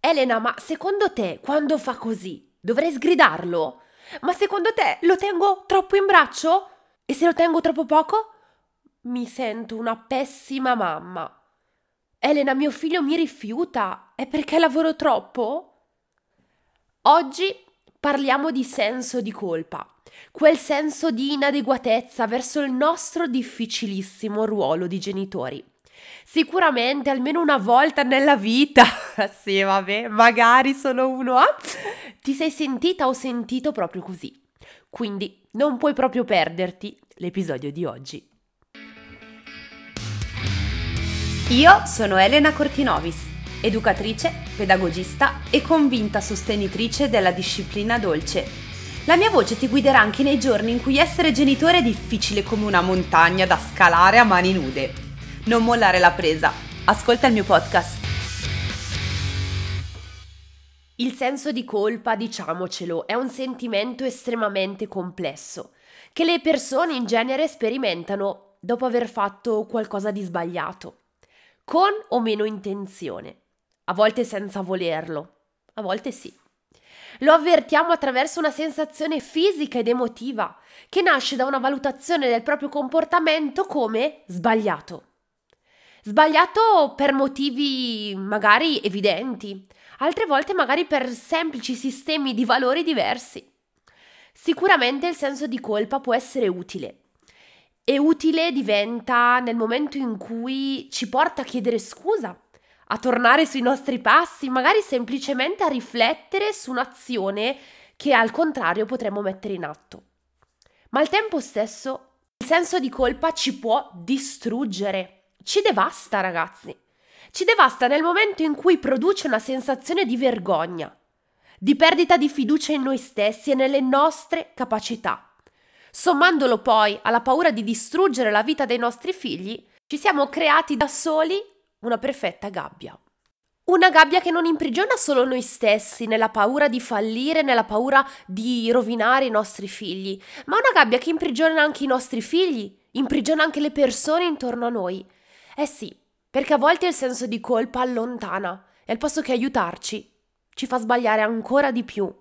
Elena, ma secondo te quando fa così dovrei sgridarlo? Ma secondo te lo tengo troppo in braccio? E se lo tengo troppo poco? Mi sento una pessima mamma. Elena, mio figlio mi rifiuta. È perché lavoro troppo? Oggi parliamo di senso di colpa, quel senso di inadeguatezza verso il nostro difficilissimo ruolo di genitori. Sicuramente almeno una volta nella vita, sì vabbè, magari solo uno, ti sei sentita o sentito proprio così. Quindi non puoi proprio perderti l'episodio di oggi. Io sono Elena Cortinovis, educatrice, pedagogista e convinta sostenitrice della disciplina dolce. La mia voce ti guiderà anche nei giorni in cui essere genitore è difficile come una montagna da scalare a mani nude. Non mollare la presa, ascolta il mio podcast. Il senso di colpa, diciamocelo, è un sentimento estremamente complesso, che le persone in genere sperimentano dopo aver fatto qualcosa di sbagliato, con o meno intenzione, a volte senza volerlo, a volte sì. Lo avvertiamo attraverso una sensazione fisica ed emotiva che nasce da una valutazione del proprio comportamento come sbagliato. Sbagliato per motivi magari evidenti, altre volte magari per semplici sistemi di valori diversi. Sicuramente il senso di colpa può essere utile. E utile diventa nel momento in cui ci porta a chiedere scusa, a tornare sui nostri passi, magari semplicemente a riflettere su un'azione che al contrario potremmo mettere in atto. Ma al tempo stesso il senso di colpa ci può distruggere, ci devasta, ragazzi. Ci devasta nel momento in cui produce una sensazione di vergogna, di perdita di fiducia in noi stessi e nelle nostre capacità. Sommandolo poi alla paura di distruggere la vita dei nostri figli, ci siamo creati da soli una perfetta gabbia. Una gabbia che non imprigiona solo noi stessi nella paura di fallire, nella paura di rovinare i nostri figli, ma una gabbia che imprigiona anche i nostri figli, imprigiona anche le persone intorno a noi. Eh sì, perché a volte il senso di colpa allontana e al posto che aiutarci, ci fa sbagliare ancora di più.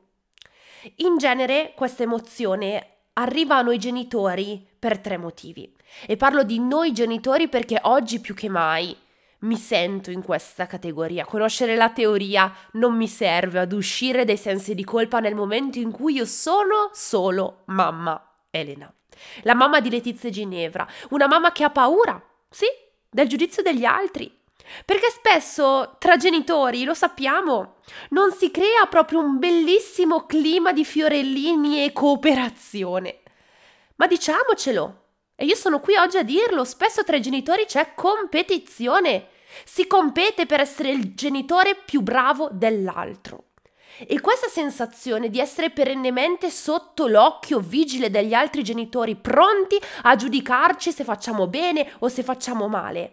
In genere questa emozione arriva a noi genitori per 3 motivi. E parlo di noi genitori perché oggi più che mai mi sento in questa categoria. Conoscere la teoria non mi serve ad uscire dai sensi di colpa nel momento in cui io sono solo mamma Elena. La mamma di Letizia e Ginevra. Una mamma che ha paura, sì, del giudizio degli altri. Perché spesso tra genitori, lo sappiamo, non si crea proprio un bellissimo clima di fiorellini e cooperazione. Ma diciamocelo, e io sono qui oggi a dirlo, spesso tra i genitori c'è competizione. Si compete per essere il genitore più bravo dell'altro. E questa sensazione di essere perennemente sotto l'occhio vigile degli altri genitori, pronti a giudicarci se facciamo bene o se facciamo male,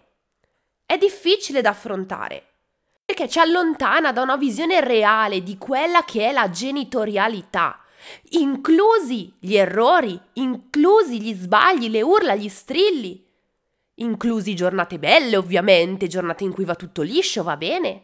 è difficile da affrontare, perché ci allontana da una visione reale di quella che è la genitorialità, inclusi gli errori, inclusi gli sbagli, le urla, gli strilli, inclusi giornate belle ovviamente, giornate in cui va tutto liscio, va bene.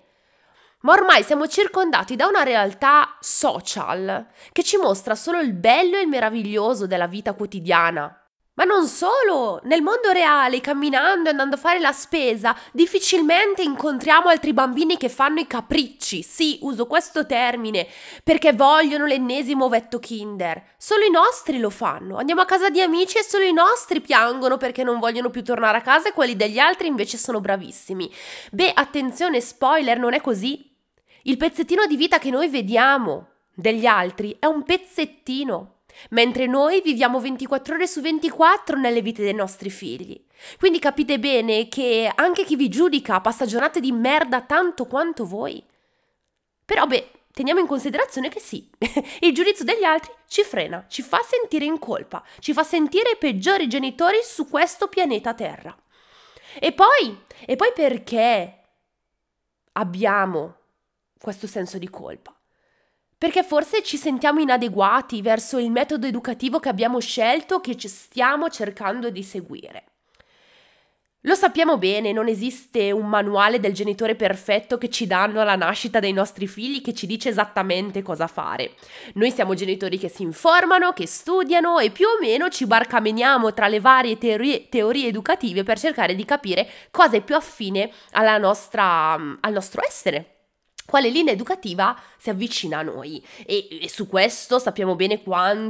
Ma ormai siamo circondati da una realtà social che ci mostra solo il bello e il meraviglioso della vita quotidiana. Ma non solo, nel mondo reale, camminando e andando a fare la spesa, difficilmente incontriamo altri bambini che fanno i capricci. Sì, uso questo termine, perché vogliono l'ennesimo ovetto Kinder. Solo i nostri lo fanno. Andiamo a casa di amici e solo i nostri piangono perché non vogliono più tornare a casa e quelli degli altri invece sono bravissimi. Beh, attenzione, spoiler, non è così. Il pezzettino di vita che noi vediamo degli altri è un pezzettino, mentre noi viviamo 24 ore su 24 nelle vite dei nostri figli. Quindi capite bene che anche chi vi giudica passa giornate di merda tanto quanto voi. Però teniamo in considerazione che sì, il giudizio degli altri ci frena, ci fa sentire in colpa, ci fa sentire i peggiori genitori su questo pianeta Terra. E poi perché abbiamo questo senso di colpa? Perché forse ci sentiamo inadeguati verso il metodo educativo che abbiamo scelto, che ci stiamo cercando di seguire. Lo sappiamo bene, non esiste un manuale del genitore perfetto che ci danno alla nascita dei nostri figli che ci dice esattamente cosa fare. Noi siamo genitori che si informano, che studiano e più o meno ci barcameniamo tra le varie teorie educative per cercare di capire cosa è più affine al nostro essere. Quale linea educativa si avvicina a noi e su questo sappiamo bene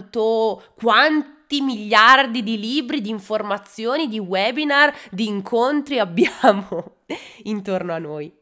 quanti miliardi di libri, di informazioni, di webinar, di incontri abbiamo intorno a noi.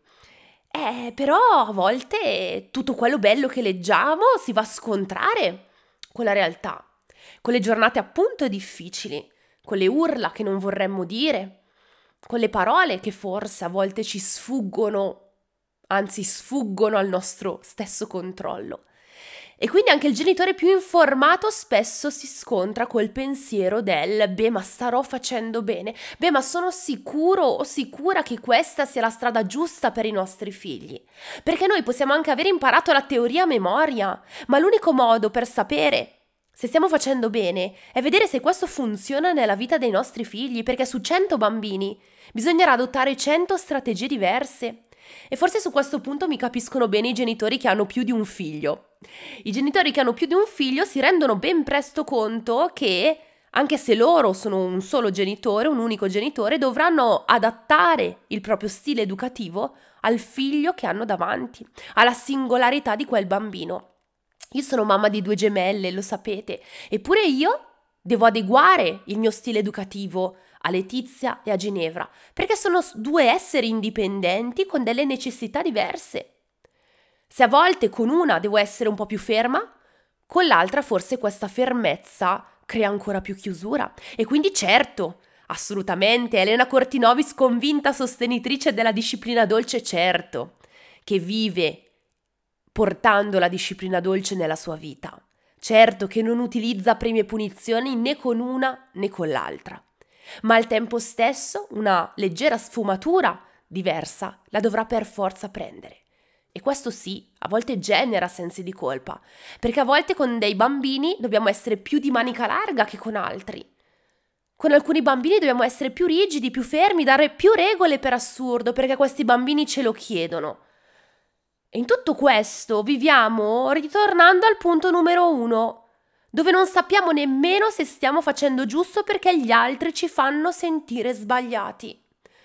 Però a volte tutto quello bello che leggiamo si va a scontrare con la realtà, con le giornate appunto difficili, con le urla che non vorremmo dire, con le parole che forse a volte ci sfuggono, anzi sfuggono al nostro stesso controllo. E quindi anche il genitore più informato spesso si scontra col pensiero del beh, ma starò facendo bene, beh, ma sono sicuro o sicura che questa sia la strada giusta per i nostri figli. Perché noi possiamo anche aver imparato la teoria a memoria, ma l'unico modo per sapere se stiamo facendo bene è vedere se questo funziona nella vita dei nostri figli, perché su 100 bambini bisognerà adottare 100 strategie diverse. E forse su questo punto mi capiscono bene i genitori che hanno più di un figlio. I genitori che hanno più di un figlio si rendono ben presto conto che, anche se loro sono un solo genitore, un unico genitore, dovranno adattare il proprio stile educativo al figlio che hanno davanti, alla singolarità di quel bambino. Io sono mamma di 2 gemelle, lo sapete, eppure io devo adeguare il mio stile educativo a Letizia e a Ginevra, perché sono 2 esseri indipendenti con delle necessità diverse. Se a volte con una devo essere un po' più ferma, con l'altra forse questa fermezza crea ancora più chiusura. E quindi certo, assolutamente, Elena Cortinovis, convinta sostenitrice della disciplina dolce, certo, che vive portando la disciplina dolce nella sua vita. Certo che non utilizza premi e punizioni né con una né con l'altra. Ma al tempo stesso una leggera sfumatura diversa la dovrà per forza prendere. E questo sì, a volte genera sensi di colpa, perché a volte con dei bambini dobbiamo essere più di manica larga che con altri. Con alcuni bambini dobbiamo essere più rigidi, più fermi, dare più regole per assurdo, perché questi bambini ce lo chiedono. E in tutto questo viviamo ritornando al punto numero 1, dove non sappiamo nemmeno se stiamo facendo giusto perché gli altri ci fanno sentire sbagliati.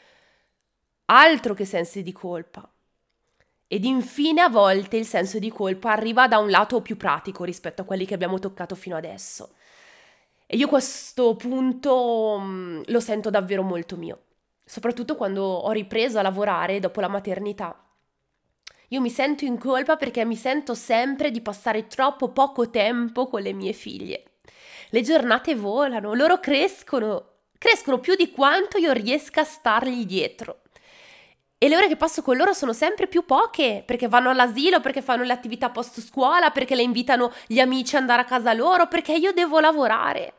Altro che sensi di colpa. Ed infine a volte il senso di colpa arriva da un lato più pratico rispetto a quelli che abbiamo toccato fino adesso. E io questo punto lo sento davvero molto mio, soprattutto quando ho ripreso a lavorare dopo la maternità. Io mi sento in colpa perché mi sento sempre di passare troppo poco tempo con le mie figlie. Le giornate volano, loro crescono più di quanto io riesca a stargli dietro. E le ore che passo con loro sono sempre più poche, perché vanno all'asilo, perché fanno le attività post scuola, perché le invitano gli amici ad andare a casa loro, perché io devo lavorare.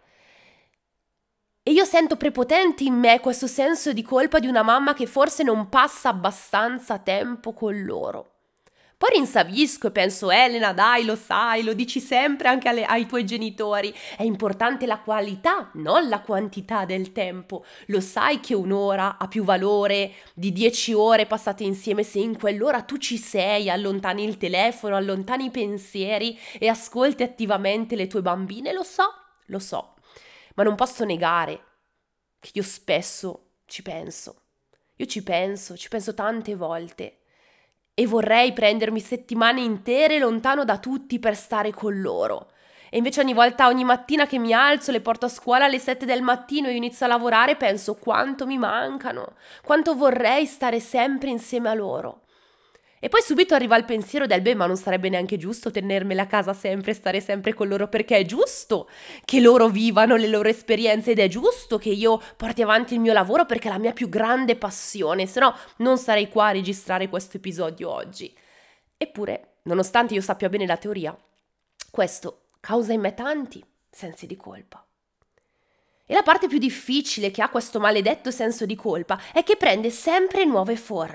E io sento prepotente in me questo senso di colpa di una mamma che forse non passa abbastanza tempo con loro. Poi rinsavisco e penso, Elena, dai, lo sai, lo dici sempre anche ai tuoi genitori. È importante la qualità, non la quantità del tempo. Lo sai che un'ora ha più valore di 10 ore passate insieme se in quell'ora tu ci sei, allontani il telefono, allontani i pensieri e ascolti attivamente le tue bambine. Lo so, ma non posso negare che io spesso ci penso. Io ci penso tante volte. E vorrei prendermi settimane intere lontano da tutti per stare con loro. E invece ogni mattina che mi alzo, le porto a scuola alle 7 del mattino e io inizio a lavorare, penso quanto mi mancano, quanto vorrei stare sempre insieme a loro. E poi subito arriva il pensiero del ma non sarebbe neanche giusto tenermela a casa sempre, stare sempre con loro, perché è giusto che loro vivano le loro esperienze ed è giusto che io porti avanti il mio lavoro perché è la mia più grande passione, se no non sarei qua a registrare questo episodio oggi. Eppure, nonostante io sappia bene la teoria, questo causa in me tanti sensi di colpa. E la parte più difficile che ha questo maledetto senso di colpa è che prende sempre nuove forme.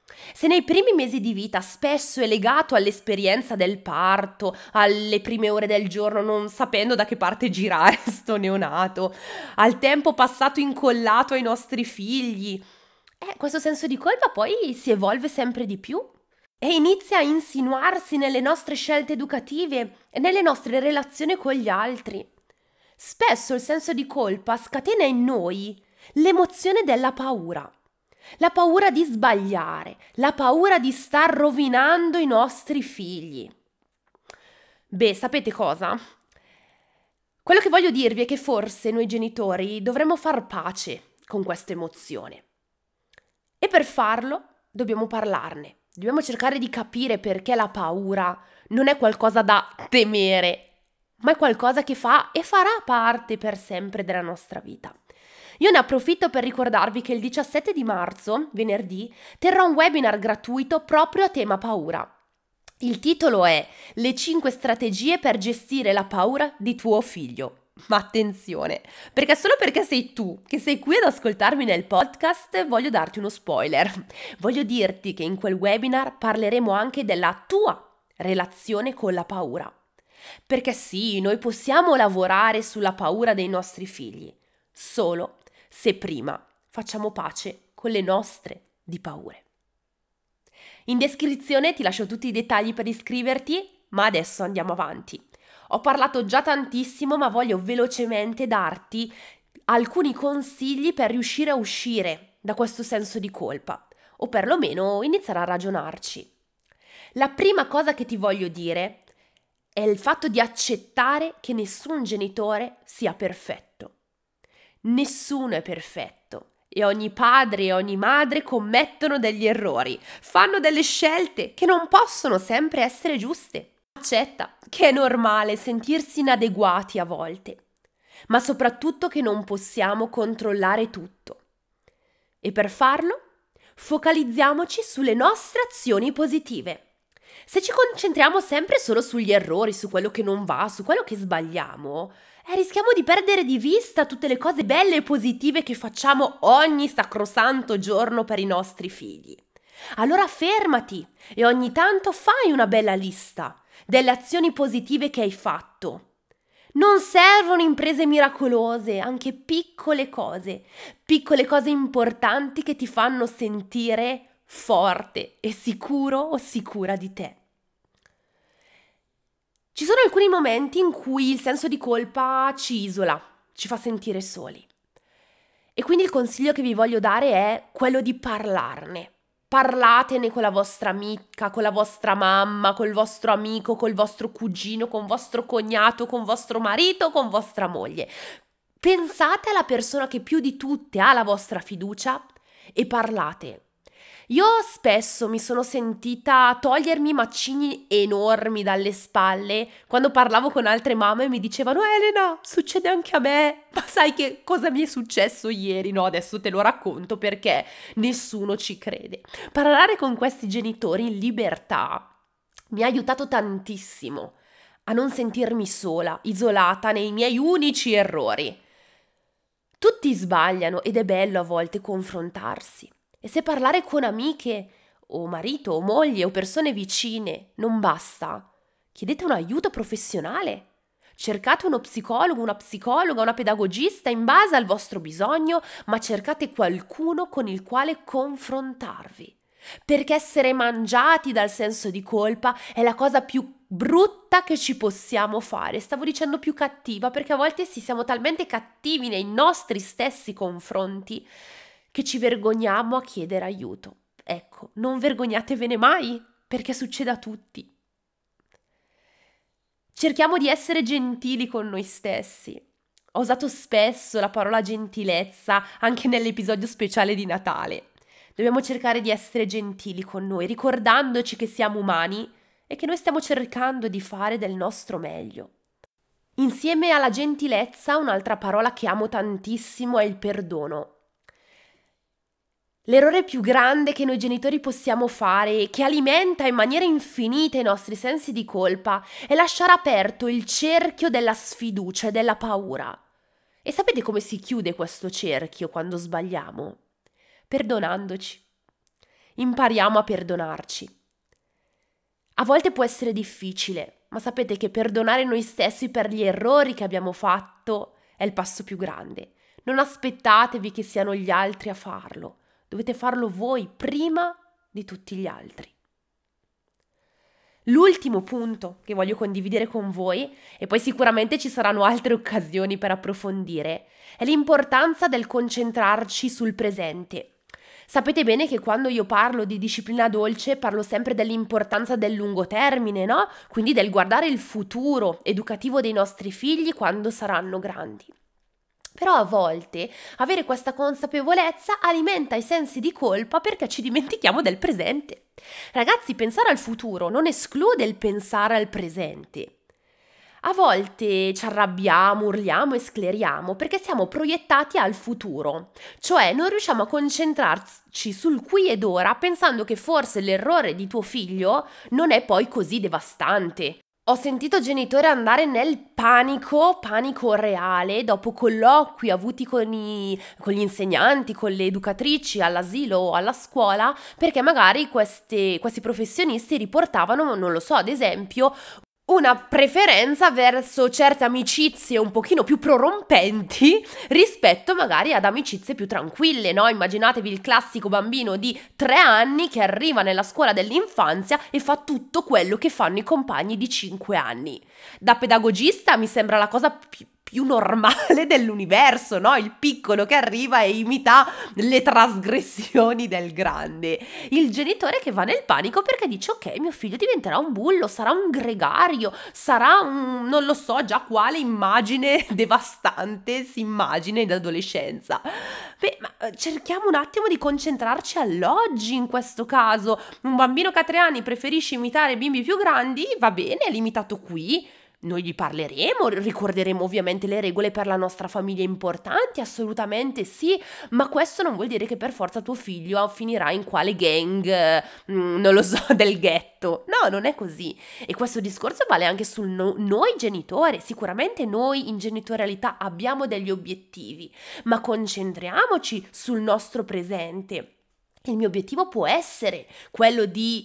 Se nei primi mesi di vita spesso è legato all'esperienza del parto, alle prime ore del giorno non sapendo da che parte girare sto neonato, al tempo passato incollato ai nostri figli, questo senso di colpa poi si evolve sempre di più e inizia a insinuarsi nelle nostre scelte educative e nelle nostre relazioni con gli altri. Spesso il senso di colpa scatena in noi l'emozione della paura. La paura di sbagliare, la paura di star rovinando i nostri figli. Beh, sapete cosa? Quello che voglio dirvi è che forse noi genitori dovremmo far pace con questa emozione. E per farlo dobbiamo parlarne. Dobbiamo cercare di capire perché la paura non è qualcosa da temere, ma è qualcosa che fa e farà parte per sempre della nostra vita. Io ne approfitto per ricordarvi che il 17 di marzo, venerdì, terrò un webinar gratuito proprio a tema paura. Il titolo è Le 5 strategie per gestire la paura di tuo figlio. Ma attenzione, perché solo perché sei tu che sei qui ad ascoltarmi nel podcast, voglio darti uno spoiler. Voglio dirti che in quel webinar parleremo anche della tua relazione con la paura. Perché sì, noi possiamo lavorare sulla paura dei nostri figli, solo se prima facciamo pace con le nostre di paure. In descrizione ti lascio tutti i dettagli per iscriverti, ma adesso andiamo avanti. Ho parlato già tantissimo, ma voglio velocemente darti alcuni consigli per riuscire a uscire da questo senso di colpa, o perlomeno iniziare a ragionarci. La prima cosa che ti voglio dire è il fatto di accettare che nessun genitore sia perfetto. Nessuno è perfetto e ogni padre e ogni madre commettono degli errori, fanno delle scelte che non possono sempre essere giuste. Accetta che è normale sentirsi inadeguati a volte, ma soprattutto che non possiamo controllare tutto. E per farlo, focalizziamoci sulle nostre azioni positive. Se ci concentriamo sempre solo sugli errori, su quello che non va, su quello che sbagliamo, rischiamo di perdere di vista tutte le cose belle e positive che facciamo ogni sacrosanto giorno per i nostri figli. Allora fermati e ogni tanto fai una bella lista delle azioni positive che hai fatto. Non servono imprese miracolose, anche piccole cose importanti che ti fanno sentire forte e sicuro o sicura di te. Ci sono alcuni momenti in cui il senso di colpa ci isola, ci fa sentire soli. E quindi il consiglio che vi voglio dare è quello di parlarne. Parlatene con la vostra amica, con la vostra mamma, col vostro amico, col vostro cugino, con vostro cognato, con vostro marito, con vostra moglie. Pensate alla persona che più di tutte ha la vostra fiducia e parlate. Io spesso mi sono sentita togliermi macigni enormi dalle spalle quando parlavo con altre mamme e mi dicevano Elena, succede anche a me, ma sai che cosa mi è successo ieri? No, adesso te lo racconto perché nessuno ci crede. Parlare con questi genitori in libertà mi ha aiutato tantissimo a non sentirmi sola, isolata nei miei unici errori. Tutti sbagliano ed è bello a volte confrontarsi. E se parlare con amiche, o marito, o moglie, o persone vicine non basta, chiedete un aiuto professionale. Cercate uno psicologo, una psicologa, una pedagogista in base al vostro bisogno, ma cercate qualcuno con il quale confrontarvi. Perché essere mangiati dal senso di colpa è la cosa più brutta che ci possiamo fare. Stavo dicendo più cattiva perché a volte siamo talmente cattivi nei nostri stessi confronti che ci vergogniamo a chiedere aiuto. Ecco, non vergognatevene mai, perché succede a tutti. Cerchiamo di essere gentili con noi stessi. Ho usato spesso la parola gentilezza anche nell'episodio speciale di Natale. Dobbiamo cercare di essere gentili con noi, ricordandoci che siamo umani e che noi stiamo cercando di fare del nostro meglio. Insieme alla gentilezza, un'altra parola che amo tantissimo è il perdono. L'errore più grande che noi genitori possiamo fare e che alimenta in maniera infinita i nostri sensi di colpa è lasciare aperto il cerchio della sfiducia e della paura. E sapete come si chiude questo cerchio quando sbagliamo? Perdonandoci. impariamo a perdonarci. A volte può essere difficile, ma sapete che perdonare noi stessi per gli errori che abbiamo fatto è il passo più grande. Non aspettatevi che siano gli altri a farlo, dovete farlo voi prima di tutti gli altri. L'ultimo punto che voglio condividere con voi, e poi sicuramente ci saranno altre occasioni per approfondire, è l'importanza del concentrarci sul presente. Sapete bene che quando io parlo di disciplina dolce parlo sempre dell'importanza del lungo termine, no? Quindi del guardare il futuro educativo dei nostri figli quando saranno grandi. Però a volte avere questa consapevolezza alimenta i sensi di colpa perché ci dimentichiamo del presente. Ragazzi, pensare al futuro non esclude il pensare al presente. A volte ci arrabbiamo, urliamo e scleriamo perché siamo proiettati al futuro, cioè non riusciamo a concentrarci sul qui ed ora pensando che forse l'errore di tuo figlio non è poi così devastante. Ho sentito genitori andare nel panico reale, dopo colloqui avuti con gli insegnanti, con le educatrici all'asilo o alla scuola, perché magari questi professionisti riportavano, non lo so, ad esempio, una preferenza verso certe amicizie un pochino più prorompenti rispetto magari ad amicizie più tranquille, no? Immaginatevi il classico bambino di 3 anni che arriva nella scuola dell'infanzia e fa tutto quello che fanno i compagni di 5 anni. Da pedagogista mi sembra la cosa più normale dell'universo, no? Il piccolo che arriva e imita le trasgressioni del grande. Il genitore che va nel panico perché dice: ok, mio figlio diventerà un bullo, sarà un gregario, sarà non lo so già quale immagine devastante si immagina in adolescenza. Beh, ma cerchiamo un attimo di concentrarci all'oggi in questo caso. Un bambino che a 3 anni preferisce imitare bimbi più grandi, va bene, è limitato qui. Noi gli parleremo, ricorderemo ovviamente le regole per la nostra famiglia importanti, assolutamente sì, ma questo non vuol dire che per forza tuo figlio finirà in quale gang, non lo so, del ghetto. No, non è così. E questo discorso vale anche sul noi genitori. Sicuramente noi in genitorialità abbiamo degli obiettivi, ma concentriamoci sul nostro presente. Il mio obiettivo può essere quello di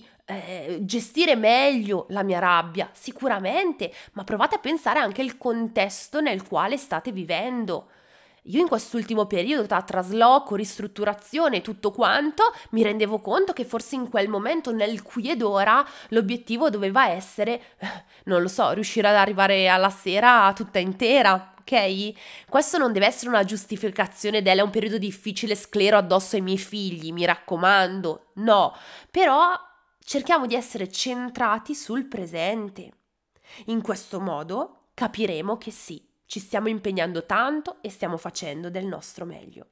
gestire meglio la mia rabbia, sicuramente, ma provate a pensare anche al contesto nel quale state vivendo. Io in quest'ultimo periodo, tra trasloco, ristrutturazione e tutto quanto, mi rendevo conto che forse in quel momento, nel qui ed ora, l'obiettivo doveva essere, non lo so, riuscire ad arrivare alla sera tutta intera. Ok? Questo non deve essere una giustificazione è un periodo difficile, sclero addosso ai miei figli, mi raccomando, no, però cerchiamo di essere centrati sul presente. In questo modo capiremo che sì, ci stiamo impegnando tanto e stiamo facendo del nostro meglio.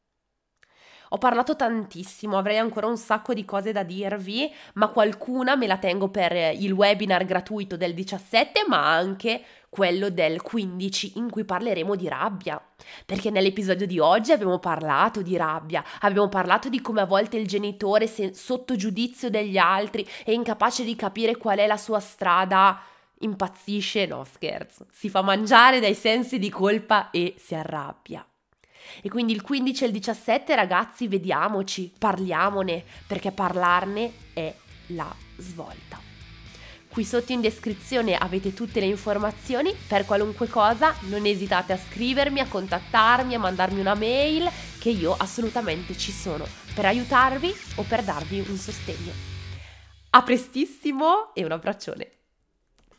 Ho parlato tantissimo, avrei ancora un sacco di cose da dirvi, ma qualcuna me la tengo per il webinar gratuito del 17, ma anche quello del 15 in cui parleremo di rabbia. Perché nell'episodio di oggi abbiamo parlato di rabbia, abbiamo parlato di come a volte il genitore, sotto giudizio degli altri, è incapace di capire qual è la sua strada, impazzisce, no scherzo, si fa mangiare dai sensi di colpa e si arrabbia. E quindi il 15 e il 17, ragazzi, vediamoci, parliamone, perché parlarne è la svolta. Qui sotto in descrizione avete tutte le informazioni, per qualunque cosa non esitate a scrivermi, a contattarmi, a mandarmi una mail, che io assolutamente ci sono per aiutarvi o per darvi un sostegno. A prestissimo e un abbraccione!